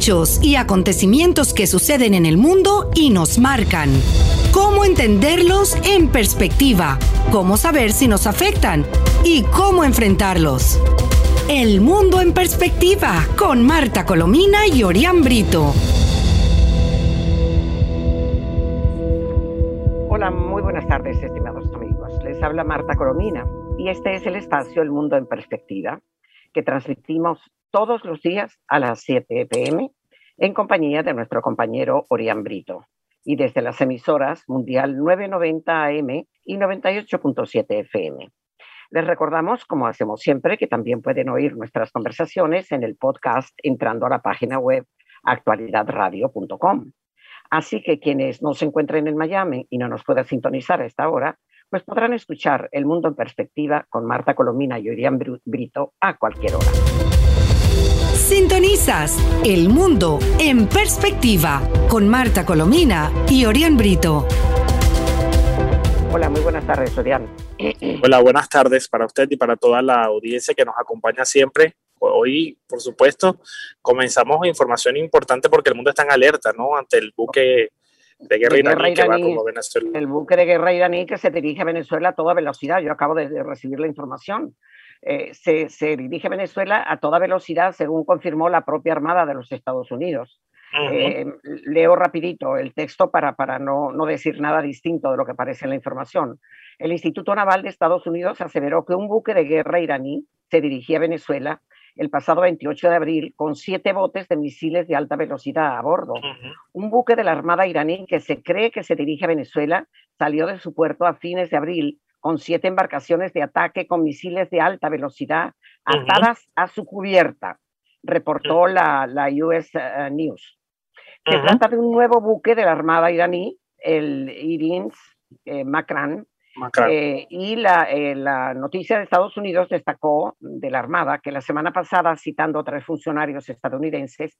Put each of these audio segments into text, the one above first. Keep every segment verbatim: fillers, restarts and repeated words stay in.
Hechos y acontecimientos que suceden en el mundo y nos marcan. Cómo entenderlos en perspectiva, cómo saber si nos afectan y cómo enfrentarlos. El Mundo en Perspectiva, con Marta Colomina y Orián Brito. Hola, muy buenas tardes, estimados amigos. Les habla Marta Colomina y este es el espacio El Mundo en Perspectiva, que transmitimos todos los días a las siete pe eme en compañía de nuestro compañero Orián Brito y desde las emisoras Mundial novecientos noventa a eme y noventa y ocho punto siete efe eme. Les recordamos, como hacemos siempre, que también pueden oír nuestras conversaciones en el podcast entrando a la página web actualidad radio punto com. Así que quienes no se encuentren en Miami y no nos puedan sintonizar a esta hora, pues podrán escuchar El Mundo en Perspectiva con Marta Colomina y Orián Brito a cualquier hora. Sintonizas El Mundo en Perspectiva con Marta Colomina y Orián Brito. Hola, muy buenas tardes, Orián. Hola, buenas tardes para usted y para toda la audiencia que nos acompaña siempre. Hoy, por supuesto, comenzamos información importante porque el mundo está en alerta, ¿no? Ante el buque de guerra, de guerra iraní, iraní que va como Venezuela. El buque de guerra iraní que se dirige a Venezuela a toda velocidad. Yo acabo de recibir la información. Eh, se, se dirige a Venezuela a toda velocidad, según confirmó la propia Armada de los Estados Unidos. Uh-huh. Eh, leo rapidito el texto para, para no, no decir nada distinto de lo que aparece en la información. El Instituto Naval de Estados Unidos aseveró que un buque de guerra iraní se dirigía a Venezuela el pasado veintiocho de abril con siete botes de misiles de alta velocidad a bordo. Uh-huh. Un buque de la Armada iraní que se cree que se dirige a Venezuela salió de su puerto a fines de abril con siete embarcaciones de ataque con misiles de alta velocidad atadas uh-huh. a su cubierta, reportó uh-huh. la, la U S uh, News. Se uh-huh. trata de un nuevo buque de la Armada iraní, el Irin eh, Makran, eh, y la, eh, la noticia de Estados Unidos destacó de la Armada que la semana pasada, citando a tres funcionarios estadounidenses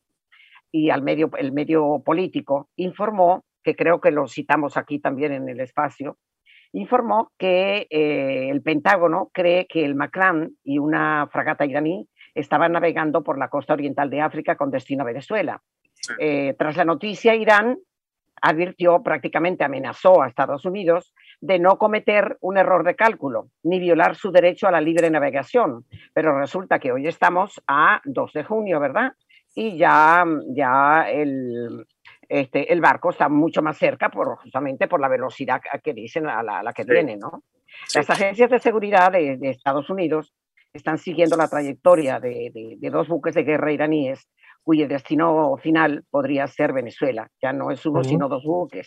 y al medio, el medio político, informó, que creo que lo citamos aquí también en el espacio, informó que eh, el Pentágono cree que el Makran y una fragata iraní estaban navegando por la costa oriental de África con destino a Venezuela. Sí. Eh, tras la noticia, Irán advirtió, prácticamente amenazó a Estados Unidos de no cometer un error de cálculo ni violar su derecho a la libre navegación. Pero resulta que hoy estamos a dos de junio, ¿verdad? Y ya, ya el... Este, el barco está mucho más cerca por, justamente por la velocidad que dicen a la, a la que sí. viene, ¿no? Sí. Las agencias de seguridad de, de Estados Unidos están siguiendo la trayectoria de, de, de dos buques de guerra iraníes cuyo destino final podría ser Venezuela. Ya no es uno, uh-huh. sino dos buques.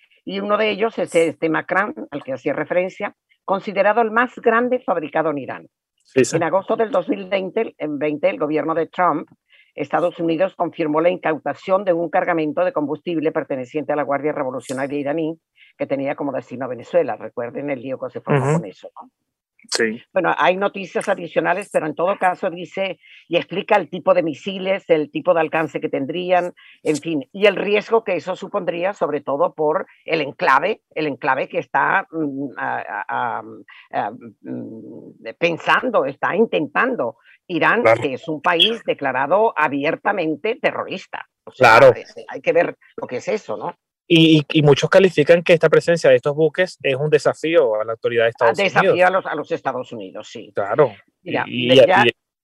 Y uno de ellos es este Makran, al que hacía referencia, considerado el más grande fabricado en Irán. Sí, sí. En agosto del dos mil veinte, en veinte, el gobierno de Trump, Estados Unidos, confirmó la incautación de un cargamento de combustible perteneciente a la Guardia Revolucionaria iraní que tenía como destino a Venezuela. Recuerden el lío que se formó uh-huh. con eso, ¿no? Sí. Bueno, hay noticias adicionales, pero en todo caso dice y explica el tipo de misiles, el tipo de alcance que tendrían, en fin, y el riesgo que eso supondría, sobre todo por el enclave, el enclave que está um, a, a, a, um, pensando, está intentando. Irán, claro. que es un país declarado abiertamente terrorista. O sea, claro. Hay que ver lo que es eso, ¿no? Y, y, y muchos califican que esta presencia de estos buques es un desafío a la autoridad de Estados desafío Unidos. Desafío a los, a los Estados Unidos, sí. Claro. Mira, y, ya,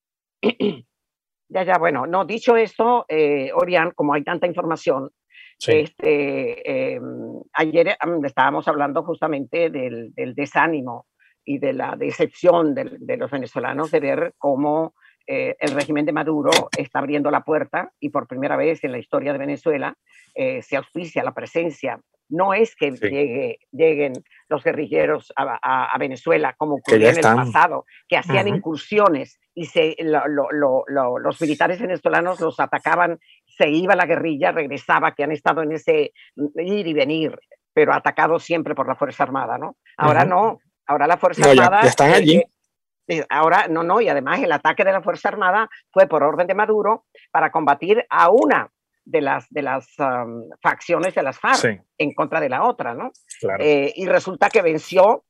y, ya, ya, bueno, no, dicho esto, eh, Orián, como hay tanta información, sí. este, eh, ayer um, estábamos hablando justamente del, del desánimo y de la decepción de, de los venezolanos de ver cómo eh, el régimen de Maduro está abriendo la puerta y por primera vez en la historia de Venezuela eh, se auspicia la presencia. No es que sí. llegue, lleguen los guerrilleros a, a, a Venezuela como ocurrió en el pasado, que hacían uh-huh. incursiones y se, lo, lo, lo, lo, los militares venezolanos los atacaban, se iba la guerrilla, regresaba, que han estado en ese ir y venir, pero atacados siempre por la Fuerza Armada, ¿no? Ahora uh-huh. no. Ahora la Fuerza no, Armada... Ya, ya están allí. Eh, ahora, no, no, y además el ataque de la Fuerza Armada fue por orden de Maduro para combatir a una de las, de las um, facciones de las FARC sí. en contra de la otra, ¿no? Claro. Eh, y resulta que venció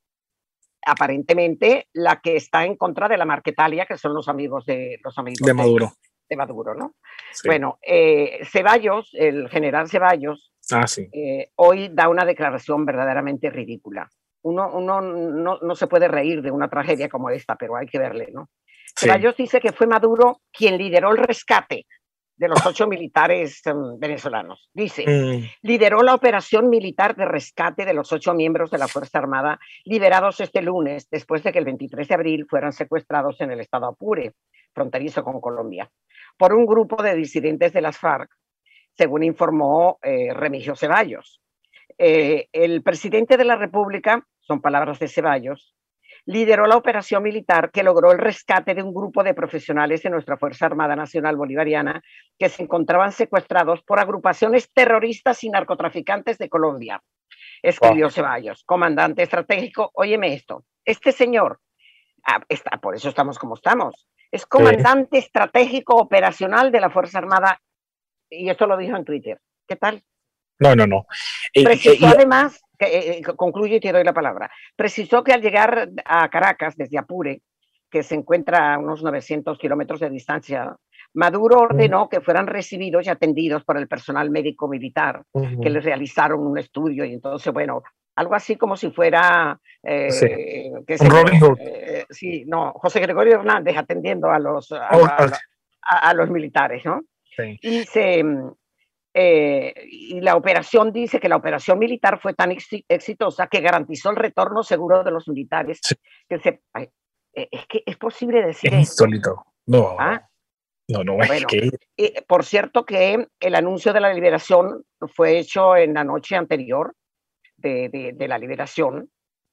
aparentemente la que está en contra de la Marquetalia, que son los amigos de, los amigos de Maduro. De, de Maduro, ¿no? Sí. Bueno, eh, Ceballos, el general Ceballos, ah, sí. eh, hoy da una declaración verdaderamente ridícula. Uno, uno no, no se puede reír de una tragedia como esta, pero hay que verle, ¿no? Sí. Ceballos dice que fue Maduro quien lideró el rescate de los ocho militares um, venezolanos. Dice, mm. lideró la operación militar de rescate de los ocho miembros de la Fuerza Armada liberados este lunes, después de que el veintitrés de abril fueran secuestrados en el estado Apure, fronterizo con Colombia, por un grupo de disidentes de las FARC, según informó eh, Remigio Ceballos. Eh, el presidente de la República, son palabras de Ceballos, lideró la operación militar que logró el rescate de un grupo de profesionales de nuestra Fuerza Armada Nacional Bolivariana que se encontraban secuestrados por agrupaciones terroristas y narcotraficantes de Colombia, escribió wow. Ceballos, comandante estratégico. Óyeme esto, este señor, ah, está, por eso estamos como estamos, es comandante sí. estratégico operacional de la Fuerza Armada, y esto lo dijo en Twitter. ¿Qué tal? No, no, no. Precisó eh, eh, además, que, eh, concluyo y te doy la palabra, precisó que al llegar a Caracas desde Apure, que se encuentra a unos novecientos kilómetros de distancia, Maduro ordenó que fueran recibidos y atendidos por el personal médico militar, uh-huh. que les realizaron un estudio y entonces, bueno, algo así como si fuera... Eh, sí. que se, Robin Hood. Eh, sí, no, José Gregorio Hernández atendiendo a los, a, oh, a, a, a los militares, ¿no? Sí. Y se... Eh, y la operación dice que la operación militar fue tan ex exitosa que garantizó el retorno seguro de los militares. Sí. Que se, ay, es que es posible decir es insólito. No, ¿Ah? no, no, es bueno, que... Eh, por cierto que el anuncio de la liberación fue hecho en la noche anterior de, de, de la liberación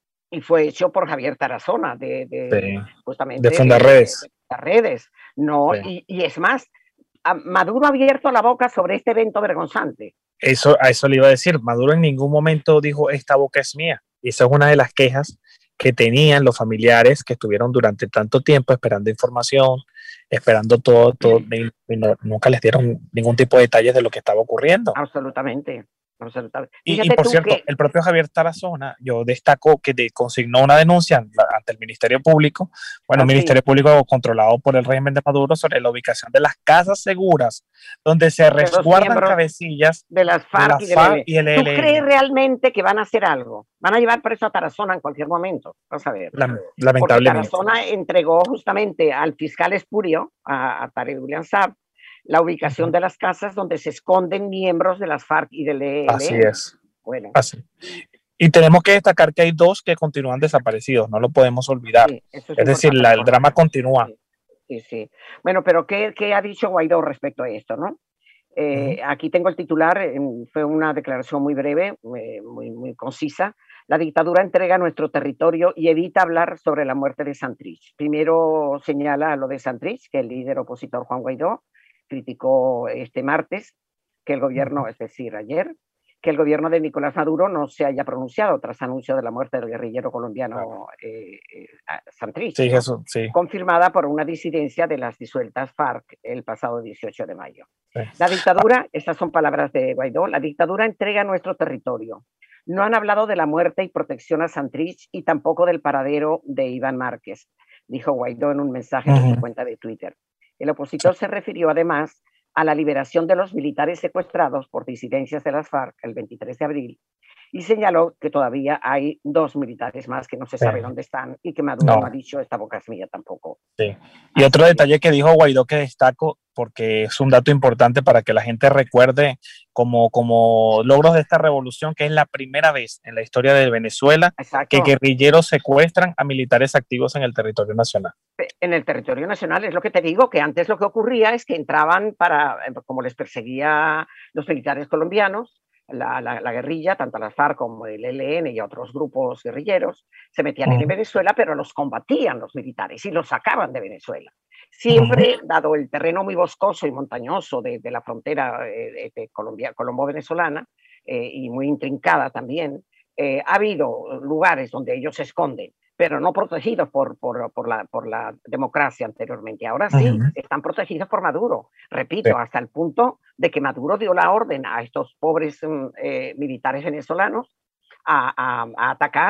y fue hecho por Javier Tarazona de, de sí. justamente de Fundaredes. De, de, de redes, no, sí. y, y es más, Maduro ha abierto la boca sobre este evento vergonzante. Eso, a eso le iba a decir. Maduro en ningún momento dijo esta boca es mía. Y esa es una de las quejas que tenían los familiares que estuvieron durante tanto tiempo esperando información, esperando todo, todo y, y no, nunca les dieron ningún tipo de detalles de lo que estaba ocurriendo. Absolutamente. absolutamente. Y, y por cierto, que... el propio Javier Tarazona, yo destaco que de, consignó una denuncia ante el Ministerio Público, bueno, el Ministerio Público controlado por el régimen de Maduro, sobre la ubicación de las casas seguras donde se resguardan cabecillas de las FARC, de la FARC y el E L N. ¿Tú crees realmente que van a hacer algo? Van a llevar preso a Tarazona en cualquier momento, vas a ver. La, lamentablemente. Porque Tarazona entregó justamente al fiscal espurio, a, a Tarek William Saab, la ubicación uh-huh. de las casas donde se esconden miembros de las FARC y del E L N. Así es. Bueno. Así. Y tenemos que destacar que hay dos que continúan desaparecidos, no lo podemos olvidar. Sí, es, es decir, la, el drama continúa. Sí, sí. sí. Bueno, pero ¿qué, ¿qué ha dicho Guaidó respecto a esto, no? Eh, uh-huh. Aquí tengo el titular, eh, fue una declaración muy breve, eh, muy, muy concisa. La dictadura entrega nuestro territorio y evita hablar sobre la muerte de Santrich. Primero señala lo de Santrich, que el líder opositor Juan Guaidó criticó este martes que el gobierno, es decir, ayer, que el gobierno de Nicolás Maduro no se haya pronunciado tras anuncio de la muerte del guerrillero colombiano eh, eh, Santrich, sí, ¿no? eso, sí. confirmada por una disidencia de las disueltas FARC el pasado dieciocho de mayo. Sí. La dictadura, estas son palabras de Guaidó, la dictadura entrega nuestro territorio. No han hablado de la muerte y protección a Santrich y tampoco del paradero de Iván Márquez, dijo Guaidó en un mensaje uh-huh. en su cuenta de Twitter. El opositor se refirió además a la liberación de los militares secuestrados por disidencias de las FARC el veintitrés de abril y señaló que todavía hay dos militares más que no se sabe sí. dónde están y que Maduro no. no ha dicho esta boca es mía tampoco. Sí. Y otro detalle que dijo Guaidó que destaco, porque es un dato importante para que la gente recuerde como, como logros de esta revolución, que es la primera vez en la historia de Venezuela Exacto. que guerrilleros secuestran a militares activos en el territorio nacional. En el territorio nacional, es lo que te digo, que antes lo que ocurría es que entraban para, como les perseguía los militares colombianos, La, la, la guerrilla, tanto las FARC como el E L N y otros grupos guerrilleros, se metían uh-huh. en Venezuela, pero los combatían los militares y los sacaban de Venezuela. Siempre, uh-huh. dado el terreno muy boscoso y montañoso de, de la frontera eh, de Colombia, colombo-venezolana, eh, y muy intrincada también, eh, ha habido lugares donde ellos se esconden, pero no protegidos por, por, por, la, por la democracia anteriormente. Ahora sí, uh-huh. están protegidos por Maduro. Repito, sí. hasta el punto de que Maduro dio la orden a estos pobres eh, militares venezolanos a, a, a atacar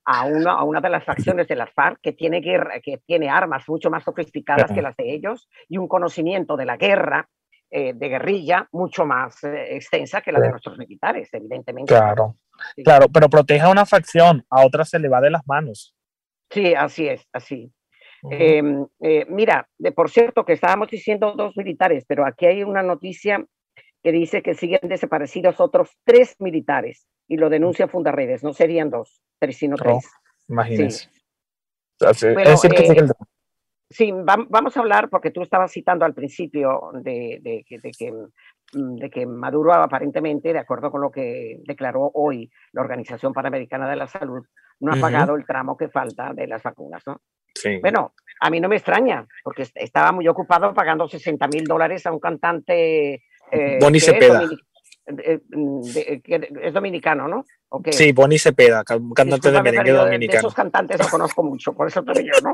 a una, a una de las facciones de las FARC que tiene, guerra, que tiene armas mucho más sofisticadas que las de ellos y un conocimiento de la guerra, eh, de guerrilla, mucho más eh, extensa que la de nuestros militares, evidentemente. Claro, sí. Claro, pero protege a una facción, a otra se le va de las manos. Sí, así es, así. Uh-huh. eh, eh, mira, de, por cierto, que estábamos diciendo dos militares, pero aquí hay una noticia que dice que siguen desaparecidos otros tres militares y lo denuncia Fundarredes. No serían dos, tres, sino tres. Oh, imagínense. Sí, Así, bueno, es decir, que eh, sigue el... sí, va, vamos a hablar, porque tú estabas citando al principio de, de, de, de, que, de que Maduro aparentemente, de acuerdo con lo que declaró hoy la Organización Panamericana de la Salud, no ha uh-huh. pagado el tramo que falta de las vacunas, ¿no? Sí. Bueno, a mí no me extraña, porque estaba muy ocupado pagando sesenta mil dólares a un cantante... Eh, Boni Cepeda. Es, de, de, de, es dominicano, ¿no? Okay. Sí, Boni Cepeda, un cantante de merengue dominicano. De esos cantantes no conozco mucho, por eso te digo, ¿no?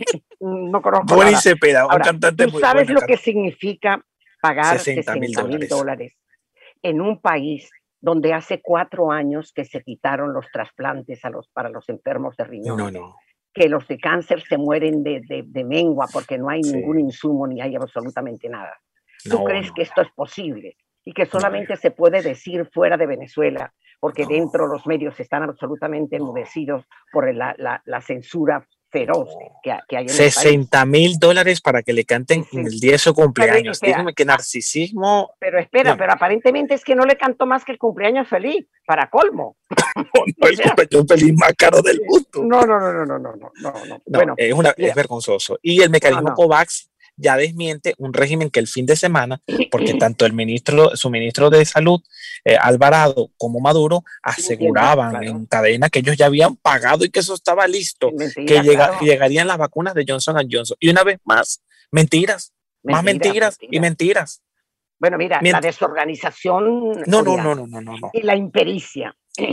No conozco Boni nada. Cepeda, un Ahora, cantante ¿tú muy sabes bueno, lo que significa pagar sesenta mil dólares. dólares en un país donde hace cuatro años que se quitaron los trasplantes a los, para los enfermos de riñón? No, no. Que los de cáncer se mueren de, de, de mengua porque no hay sí. ningún insumo ni hay absolutamente nada. ¿Tú no, crees no. que esto es posible? Y que solamente no. se puede decir fuera de Venezuela, porque no. dentro los medios están absolutamente enmudecidos por la, la, la censura feroz que, que hay en sesenta mil dólares para que le canten sí, sí. en el día de su cumpleaños. Pero, Dígame que narcisismo. Pero espera, bueno. pero aparentemente es que no le cantó más que el cumpleaños feliz, para colmo. No, no, el cumpleaños feliz más caro del mundo. No, no, no, no, no, no, no, no. no. Bueno, es, una, es vergonzoso. Y el mecanismo no, no. COVAX ya desmiente un régimen que el fin de semana, porque tanto el ministro, su ministro de Salud, eh, Alvarado, como Maduro, aseguraban claro. en cadena que ellos ya habían pagado y que eso estaba listo, mentira, que, llega, claro. que llegarían las vacunas de Johnson and Johnson. Y una vez más, mentiras, mentira, más mentiras mentira. y mentiras. Bueno, mira, Mient- la desorganización no, no, no, no, no, no, no. y la impericia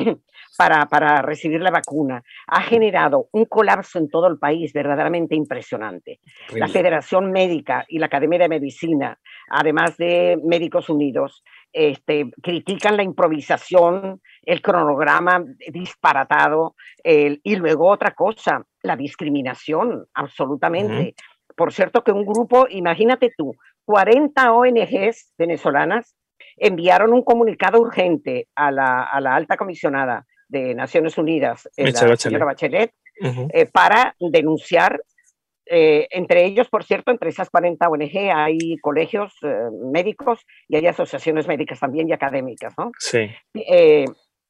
para, para recibir la vacuna ha generado un colapso en todo el país verdaderamente impresionante. Horrible. La Federación Médica y la Academia de Medicina, además de Médicos Unidos, este, critican la improvisación, el cronograma disparatado, el, y luego otra cosa, la discriminación, absolutamente. Uh-huh. Por cierto que un grupo, imagínate tú, cuarenta O N Ges venezolanas enviaron un comunicado urgente a la, a la alta comisionada de Naciones Unidas, la Bachelet. señora Bachelet, uh-huh. eh, para denunciar, eh, entre ellos, por cierto, entre esas cuarenta O N Ge hay colegios eh, médicos y hay asociaciones médicas también y académicas, ¿no? Sí. Eh,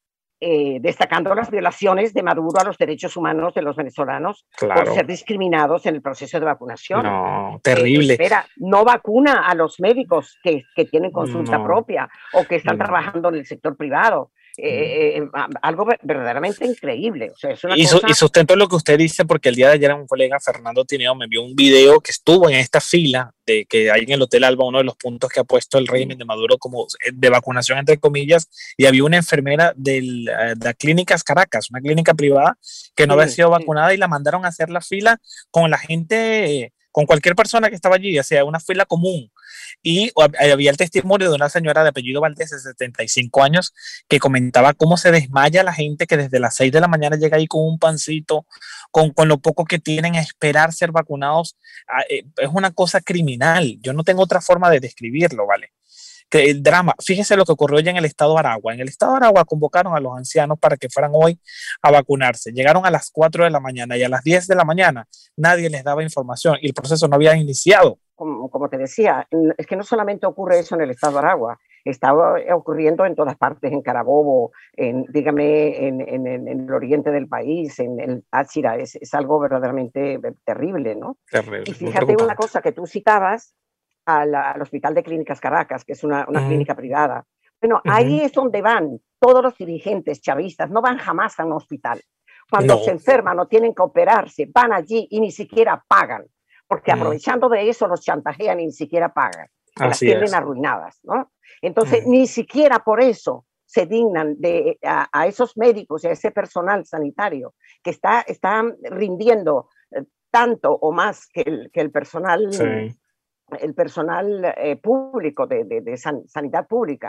eh, destacando las violaciones de Maduro a los derechos humanos de los venezolanos claro. por ser discriminados en el proceso de vacunación. No, terrible. Eh, espera, no vacuna a los médicos que, que tienen consulta no. propia o que están no. trabajando en el sector privado. Eh, eh, algo verdaderamente increíble. O sea, es una y, cosa... y sustento lo que usted dice, porque el día de ayer un colega, Fernando Tineo, me envió un video que estuvo en esta fila de que hay en el Hotel Alba, uno de los puntos que ha puesto el régimen de Maduro como de vacunación, entre comillas, y había una enfermera del, de la Clínicas Caracas, una clínica privada, que no sí, había sido vacunada sí. y la mandaron a hacer la fila con la gente, con cualquier persona que estaba allí, o sea, una fila común. Y había el testimonio de una señora de apellido Valdés de setenta y cinco años que comentaba cómo se desmaya la gente que desde las seis de la mañana llega ahí con un pancito, con, con lo poco que tienen a esperar ser vacunados. Es una cosa criminal. Yo no tengo otra forma de describirlo, ¿vale? Que el drama, fíjese lo que ocurrió ya en el estado de Aragua. En el estado de Aragua convocaron a los ancianos para que fueran hoy a vacunarse. Llegaron a las cuatro de la mañana y a las diez de la mañana nadie les daba información y el proceso no había iniciado. Como, como te decía, es que no solamente ocurre eso en el estado de Aragua, está ocurriendo en todas partes, en Carabobo, en, dígame, en, en, en el oriente del país, en el Táchira, es, es algo verdaderamente terrible, ¿no? Terrible. Y fíjate una cosa que tú citabas, al, al Hospital de Clínicas Caracas, que es una, una uh-huh. clínica privada. Bueno, uh-huh. ahí es donde van todos los dirigentes chavistas, no van jamás a un hospital. Cuando no. se enferman o tienen que operarse, van allí y ni siquiera pagan. Porque uh-huh. aprovechando de eso los chantajean y ni siquiera pagan, se las tienen arruinadas, ¿no? Entonces, uh-huh. ni siquiera por eso se dignan de, a, a esos médicos y a ese personal sanitario que está, está rindiendo tanto o más que el, que el personal, sí. el personal eh, público de, de, de san, sanidad pública,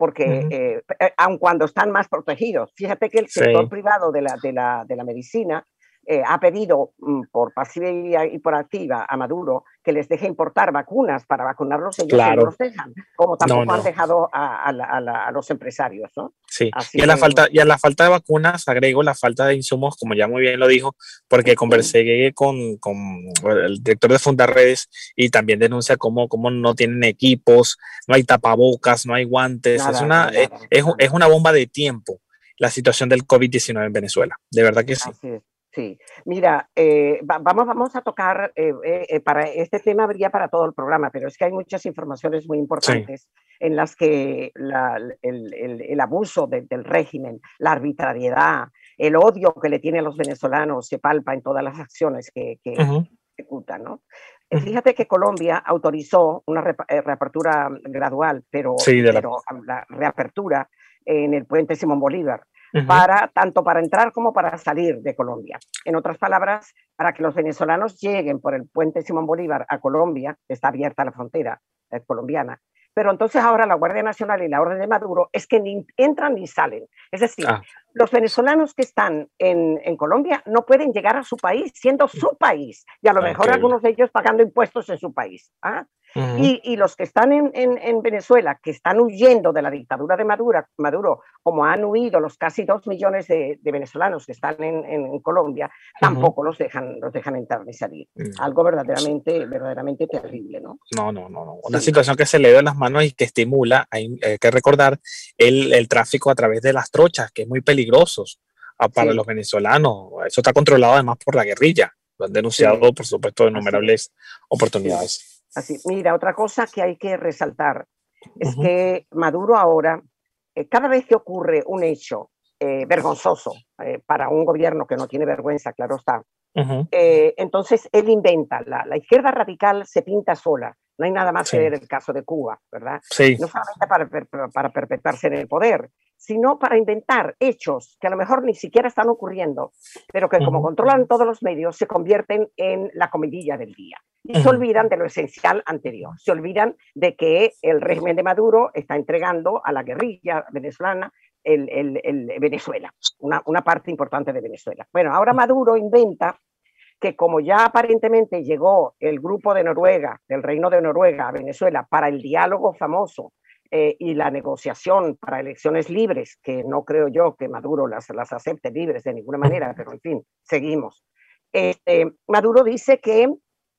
porque uh-huh. eh, aun cuando están más protegidos. Fíjate que el sector sí. privado de la, de la, de la medicina eh, ha pedido mm, por pasiva y por activa a Maduro que les deje importar vacunas para vacunarlos ellos, claro. y no los dejan, como tampoco no, no. han dejado a, a, la, a, la, a los empresarios, ¿no? Sí, Así y a, que, la falta, y a la falta de vacunas agrego la falta de insumos, como ya muy bien lo dijo, porque conversé sí. con, con el director de Fundarredes y también denuncia cómo, cómo no tienen equipos, no hay tapabocas, no hay guantes, nada, es, una, nada, es, nada. Es, es una bomba de tiempo la situación del COVID diecinueve en Venezuela, de verdad que sí. Así es. Sí, mira, eh, va, vamos, vamos a tocar, eh, eh, para este tema habría para todo el programa, pero es que hay muchas informaciones muy importantes sí. en las que la, el, el, el abuso de, del régimen, la arbitrariedad, el odio que le tienen los venezolanos se palpa en todas las acciones que, que uh-huh. ejecutan, ¿no? Uh-huh. Fíjate que Colombia autorizó una re, eh, reapertura gradual, pero, sí, de la... pero la reapertura en el puente Simón Bolívar. Uh-huh. Para, tanto para entrar como para salir de Colombia. En otras palabras, para que los venezolanos lleguen por el puente Simón Bolívar a Colombia, está abierta la frontera eh, colombiana. Pero entonces ahora la Guardia Nacional y la orden de Maduro es que ni entran ni salen. Es decir, ah. los venezolanos que están en, en Colombia no pueden llegar a su país, siendo su país, y a lo mejor okay. algunos de ellos pagando impuestos en su país. ¿ah? Uh-huh. y, y los que están en, en, en Venezuela, que están huyendo de la dictadura de Maduro, Maduro como han huido los casi dos millones de, de venezolanos que están en, en, en Colombia, uh-huh. tampoco los dejan, los dejan entrar ni salir. Uh-huh. Algo verdaderamente, verdaderamente terrible, ¿no? No, no, no. no. Una sí. situación que se le da las manos y que estimula, hay, hay que recordar, el, el tráfico a través de las trochas, que es muy peligroso para sí. los venezolanos. Eso está controlado además por la guerrilla. Lo han denunciado, sí. por supuesto, en innumerables oportunidades. Sí. Así, mira, otra cosa que hay que resaltar es uh-huh. que Maduro ahora, eh, cada vez que ocurre un hecho eh, vergonzoso eh, para un gobierno que no tiene vergüenza, claro está, uh-huh. eh, entonces él inventa, la, la izquierda radical se pinta sola, no hay nada más sí. que ver el caso de Cuba, ¿verdad? Sí. No solamente para, para, para perpetuarse en el poder, sino para inventar hechos que a lo mejor ni siquiera están ocurriendo, pero que uh-huh. como controlan todos los medios, se convierten en la comidilla del día. Y uh-huh. se olvidan de lo esencial anterior, se olvidan de que el régimen de Maduro está entregando a la guerrilla venezolana el, el, el Venezuela, una, una parte importante de Venezuela. Bueno, ahora Maduro inventa que como ya aparentemente llegó el grupo de Noruega, del Reino de Noruega a Venezuela para el diálogo famoso eh, y la negociación para elecciones libres, que no creo yo que Maduro las, las acepte libres de ninguna manera, pero en fin, seguimos. Este, Maduro dice que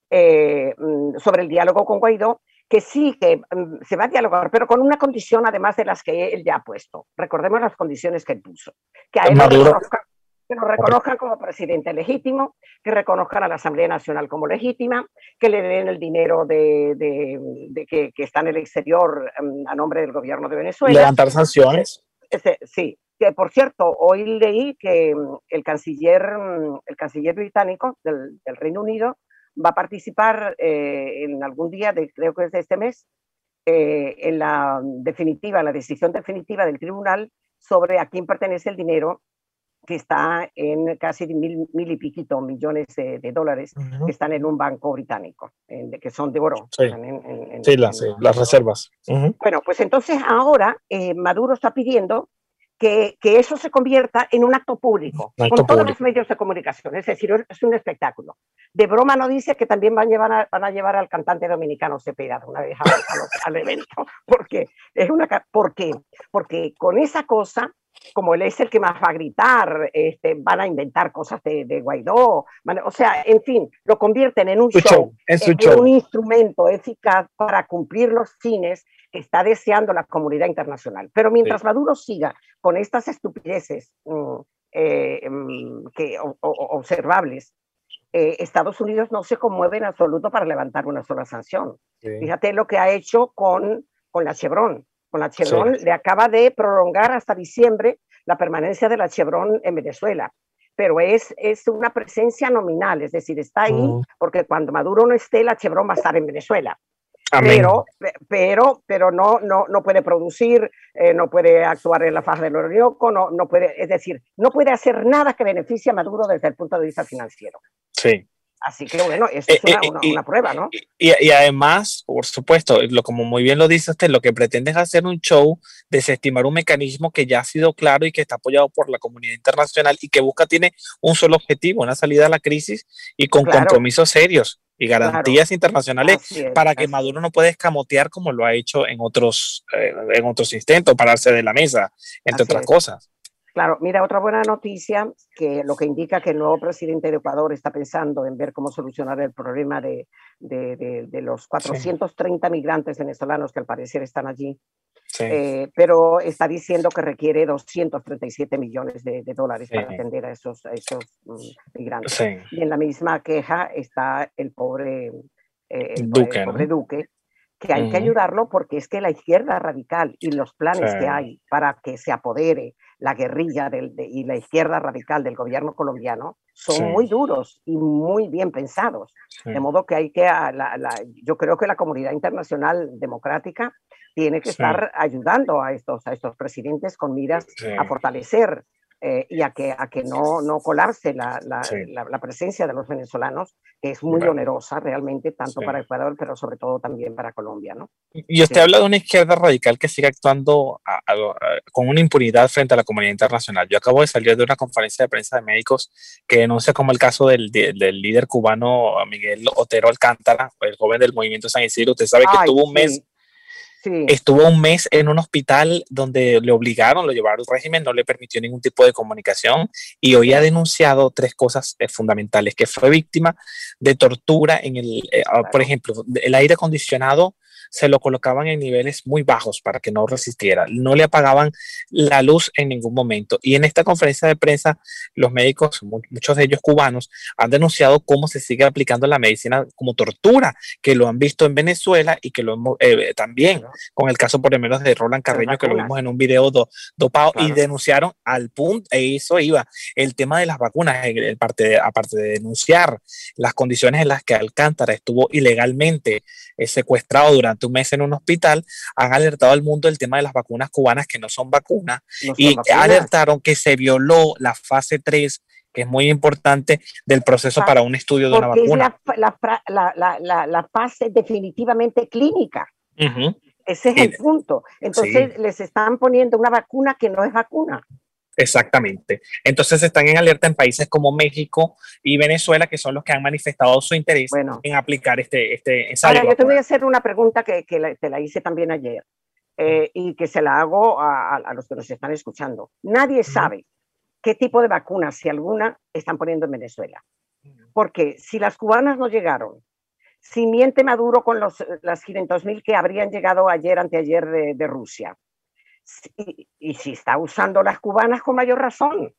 eh, sobre el diálogo con Guaidó, que sí, que um, se va a dialogar, pero con una condición además de las que él ya ha puesto. Recordemos las condiciones que él puso. Que a él lo reconozcan, que lo reconozcan como presidente legítimo, que reconozcan a la Asamblea Nacional como legítima, que le den el dinero de, de, de que, que está en el exterior um, a nombre del gobierno de Venezuela. Levantar sanciones. Este, sí, que por cierto, hoy leí que um, el canciller, um, el canciller británico del, del Reino Unido va a participar eh, en algún día, de, creo que es de este mes, eh, en la definitiva, la decisión definitiva del tribunal sobre a quién pertenece el dinero que está en casi mil, mil y piquito millones de, de dólares uh-huh. que están en un banco británico, en, que son de oro. Sí, en, en, en, sí, las, en, sí las reservas. Uh-huh. Bueno, pues entonces ahora eh, Maduro está pidiendo Que, que eso se convierta en un acto público, un acto con todos público. los medios de comunicación, es decir, es un espectáculo. De broma no dice que también van a llevar, a, van a llevar al cantante dominicano Cepeda una vez a, a los, al evento, porque es una, ¿por qué? Porque con esa cosa, como él es el que más va a gritar, este, van a inventar cosas de, de Guaidó, van, o sea, en fin, lo convierten en un su show, show, en, su en show. un instrumento eficaz para cumplir los fines que está deseando la comunidad internacional. Pero mientras sí. Maduro siga con estas estupideces mm, eh, mm, que, o, o, observables, eh, Estados Unidos no se conmueve en absoluto para levantar una sola sanción. Sí. Fíjate lo que ha hecho con, con la Chevron. Con la Chevron sí. le acaba de prolongar hasta diciembre la permanencia de la Chevron en Venezuela. Pero es, es una presencia nominal, es decir, está ahí uh. porque cuando Maduro no esté, la Chevron va a estar en Venezuela. Pero, pero, pero no, no, no puede producir, eh, no puede actuar en la faja del Orinoco, no, no puede, es decir, no puede hacer nada que beneficie a Maduro desde el punto de vista financiero. Sí. Así que bueno, esto es una, una, una prueba, ¿no? Y, y, y además, por supuesto, lo, como muy bien lo dice usted, lo que pretende es hacer un show, desestimar un mecanismo que ya ha sido claro y que está apoyado por la comunidad internacional y que busca, tiene un solo objetivo, una salida a la crisis y con claro. compromisos serios y garantías claro. internacionales es, para que Maduro es. no pueda escamotear como lo ha hecho en otros, eh, en otros intentos, pararse de la mesa, entre así otras es. cosas. Claro, mira, otra buena noticia, que lo que indica que el nuevo presidente de Ecuador está pensando en ver cómo solucionar el problema de, de, de, de los cuatrocientos treinta sí. migrantes venezolanos que al parecer están allí, sí. eh, pero está diciendo que requiere doscientos treinta y siete millones de, de dólares sí. para atender a esos, a esos um, migrantes. Sí. Y en la misma queja está el pobre, eh, el, Duque, el pobre ¿no? Duque, que hay uh-huh. que ayudarlo porque es que la izquierda radical y los planes sí. que hay para que se apodere la guerrilla del, de, y la izquierda radical del gobierno colombiano son sí. muy duros y muy bien pensados. Sí. De modo que hay que, la, la, yo creo que la comunidad internacional democrática tiene que sí. estar ayudando a estos, a estos presidentes con miras sí. a fortalecer eh, y a que, a que no, no colarse la, la, sí. la, la presencia de los venezolanos, que es muy vale. onerosa realmente, tanto sí. para Ecuador, pero sobre todo también para Colombia, ¿no? Y usted sí. habla de una izquierda radical que sigue actuando a, a, a, con una impunidad frente a la comunidad internacional. Yo acabo de salir de una conferencia de prensa de médicos que denuncia como el caso del, del, del líder cubano Miguel Otero Alcántara, el joven del movimiento San Isidro. Usted sabe que Ay, tuvo un sí. mes... Sí. Estuvo un mes en un hospital donde le obligaron, lo llevaron al régimen, no le permitió ningún tipo de comunicación y hoy ha denunciado tres cosas eh, fundamentales, que fue víctima de tortura en el, eh, claro. por ejemplo, el aire acondicionado se lo colocaban en niveles muy bajos para que no resistiera, no le apagaban la luz en ningún momento. Y en esta conferencia de prensa, los médicos, muchos de ellos cubanos, han denunciado cómo se sigue aplicando la medicina como tortura, que lo han visto en Venezuela y que lo hemos eh, también claro. con el caso por lo menos de Roland Carreño, que lo vimos en un video do, dopado claro. y denunciaron al punto, e eso iba, el tema de las vacunas, el, el parte de, aparte de denunciar las condiciones en las que Alcántara estuvo ilegalmente eh, secuestrado durante un mes en un hospital, han alertado al mundo del tema de las vacunas cubanas que no son vacunas no y son vacunas. Alertaron que se violó la fase tres, que es muy importante, del proceso Fa- para un estudio de una vacuna. Es la, la, la, la, la, la fase definitivamente clínica. Uh-huh. Ese es el punto. Entonces sí. les están poniendo una vacuna que no es vacuna. Exactamente. Entonces están en alerta en países como México y Venezuela, que son los que han manifestado su interés bueno. en aplicar este, este ensayo. Ahora, yo te voy a hacer una pregunta que, que la, te la hice también ayer eh, y que se la hago a, a los que nos están escuchando. Nadie uh-huh. sabe qué tipo de vacunas, si alguna, están poniendo en Venezuela. Porque si las cubanas no llegaron, si miente Maduro con los, las quinientos mil que habrían llegado ayer, anteayer de, de Rusia, y, y si está usando las cubanas con mayor razón.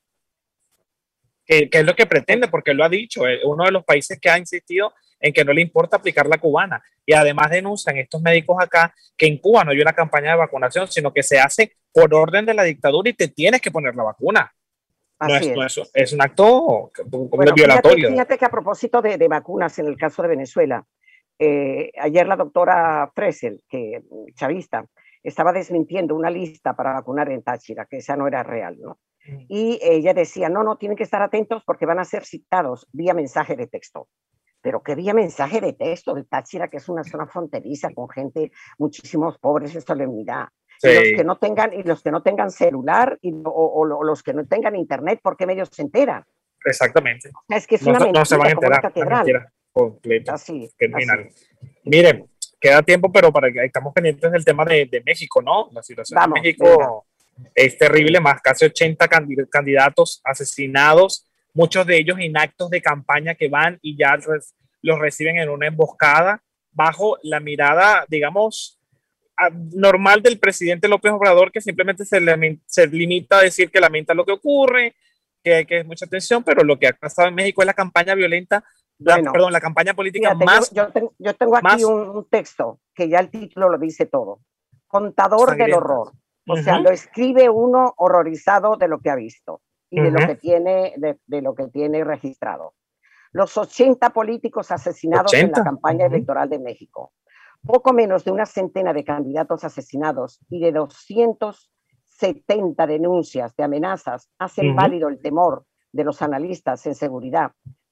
Que, que es lo que pretende, porque lo ha dicho, es uno de los países que ha insistido en que no le importa aplicar la cubana. Y además denuncian estos médicos acá que en Cuba no hay una campaña de vacunación, sino que se hace por orden de la dictadura y te tienes que poner la vacuna. No es, es. No es, es un acto bueno, violatorio. Fíjate, fíjate que a propósito de, de vacunas, en el caso de Venezuela, eh, ayer la doctora Fresel, que chavista, estaba desmintiendo una lista para vacunar en Táchira, que esa no era real, ¿no? Mm. Y ella decía, no, no, tienen que estar atentos porque van a ser citados vía mensaje de texto. Pero ¿qué vía mensaje de texto de Táchira, que es una zona fronteriza con gente, muchísimos pobres en solemnidad? Sí. Y los que no tengan, y los que no tengan celular y, o, o, o los que no tengan internet, ¿por qué medios se enteran? Exactamente. O sea, es que es no, una mentira, no se van a enterar, como una catedral. Completa. Así, así. Miren, queda tiempo, pero para que estamos pendientes del tema de, de México, ¿no? La situación Vamos, de México venga. es terrible, más casi ochenta candidatos asesinados, muchos de ellos en actos de campaña que van y ya res, los reciben en una emboscada bajo la mirada, digamos, normal del presidente López Obrador, que simplemente se, le, se limita a decir que lamenta lo que ocurre, que hay que dar mucha atención, pero lo que ha pasado en México es la campaña violenta, la, bueno, perdón, la campaña política fíjate, más... Yo, yo, tengo, yo tengo aquí más, un, un texto que ya el título lo dice todo. Contador sangrienta. del horror. O uh-huh. sea, lo escribe uno horrorizado de lo que ha visto y uh-huh. de, lo que tiene, de, de lo que tiene registrado. Los ochenta políticos asesinados ochenta. en la campaña uh-huh. electoral de México. Poco menos de una centena de candidatos asesinados y de doscientas setenta denuncias de amenazas hacen uh-huh. válido el temor de los analistas en seguridad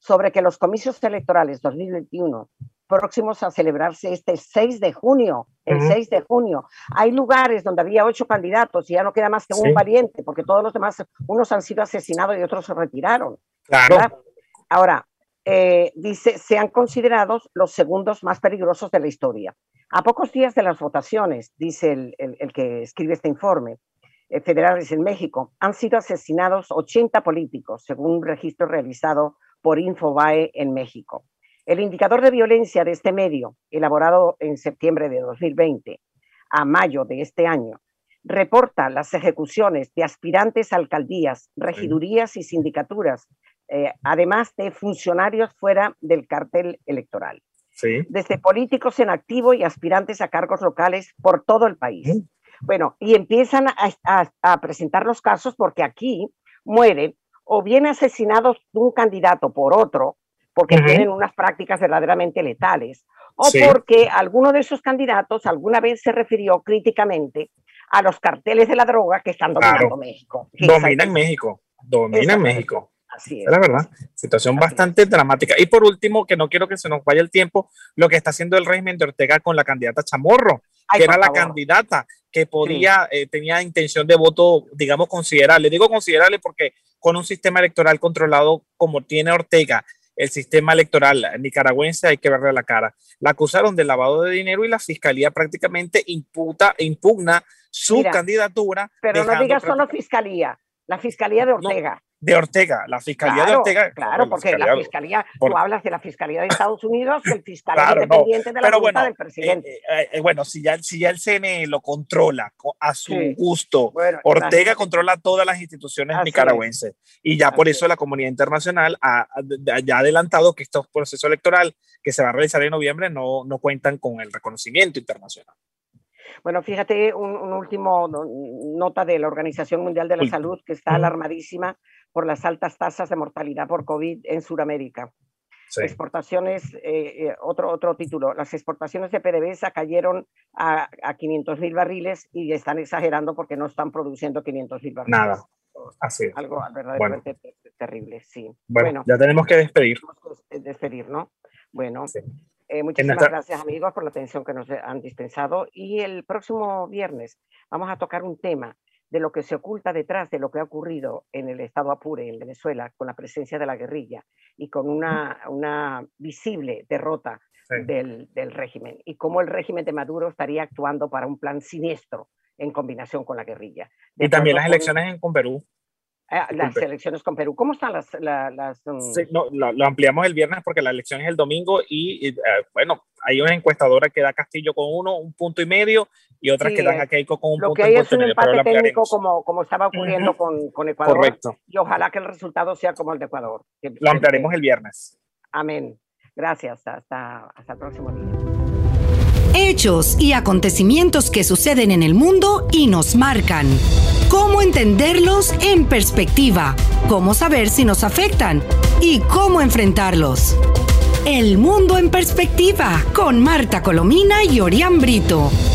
sobre que los comicios electorales dos mil veintiuno, próximos a celebrarse este seis de junio, el uh-huh. seis de junio, hay lugares donde había ocho candidatos y ya no queda más que sí. un valiente, porque todos los demás, unos han sido asesinados y otros se retiraron. Claro. ¿verdad? Ahora, eh, dice, sean considerados los segundos más peligrosos de la historia. A pocos días de las votaciones, dice el, el, el que escribe este informe, eh, federales en México, han sido asesinados ochenta políticos, según un registro realizado por Infobae en México. El indicador de violencia de este medio, elaborado en septiembre de dos mil veinte a mayo de este año, reporta las ejecuciones de aspirantes a alcaldías, regidurías y sindicaturas, eh, además de funcionarios fuera del cartel electoral. Sí. Desde políticos en activo y aspirantes a cargos locales por todo el país. Sí. Bueno, y empiezan a, a, a presentar los casos porque aquí mueren o bien asesinados un candidato por otro, porque uh-huh. tienen unas prácticas verdaderamente letales, o sí. porque alguno de esos candidatos alguna vez se refirió críticamente a los carteles de la droga que están dominando claro. México. Domina en México, domina en México. Así es. Es la verdad, situación Así bastante es. dramática. Y por último, que no quiero que se nos vaya el tiempo, lo que está haciendo el régimen de Ortega con la candidata Chamorro, Ay, que era la favor. candidata que podía, sí. eh, tenía intención de voto, digamos, considerable. Digo considerable porque con un sistema electoral controlado como tiene Ortega, el sistema electoral nicaragüense, hay que verle la cara. La acusaron de lavado de dinero y la fiscalía prácticamente imputa, impugna su Mira, candidatura. Pero no digas solo fiscalía, la fiscalía de Ortega. No, de Ortega, la fiscalía claro, de Ortega. Claro, porque la fiscalía, por, tú hablas de la fiscalía de Estados Unidos, el fiscal claro, independiente no, de la voluntad bueno, del presidente. Eh, eh, bueno, si ya, si ya el C N E lo controla a su sí. gusto, bueno, Ortega gracias. controla todas las instituciones Así nicaragüenses. Es. Y ya Así por eso es. la comunidad internacional ha, ha ya adelantado que estos procesos electorales que se va a realizar en noviembre no, no cuentan con el reconocimiento internacional. Bueno, fíjate, un, un último no, nota de la Organización Mundial de la Uy. Salud, que está uh-huh. alarmadísima por las altas tasas de mortalidad por COVID en Sudamérica. Sí. Exportaciones, eh, eh, otro, otro título, las exportaciones de PDVSA cayeron a, a quinientos mil barriles y están exagerando porque no están produciendo quinientos mil barriles. Nada, así es. Algo verdaderamente bueno. terrible, sí. Bueno, bueno, ya tenemos que despedir. Tenemos que despedir, ¿no? Bueno. Sí. Eh, muchísimas nuestra... gracias, amigos, por la atención que nos han dispensado. Y el próximo viernes vamos a tocar un tema de lo que se oculta detrás de lo que ha ocurrido en el estado Apure, en Venezuela, con la presencia de la guerrilla y con una, una visible derrota sí. del, del régimen. Y cómo el régimen de Maduro estaría actuando para un plan siniestro en combinación con la guerrilla. De y también las elecciones con, en, con Perú. Eh, las elecciones con Perú. ¿Cómo están las...? las, las um... sí, no, lo, lo ampliamos el viernes porque la elección es el domingo y, y eh, bueno, hay una encuestadora que da Castillo con uno, un punto y medio, y otras sí, que dan a Keiko con un lo punto que hay y es un empate técnico como, como estaba ocurriendo uh-huh. con, con Ecuador. Correcto. Y ojalá que el resultado sea como el de Ecuador. Que, lo ampliaremos que, el viernes. Amén. Gracias. Hasta, hasta el próximo día. Hechos y acontecimientos que suceden en el mundo y nos marcan. Cómo entenderlos en perspectiva, cómo saber si nos afectan y cómo enfrentarlos. El mundo en perspectiva con Marta Colomina y Orián Brito.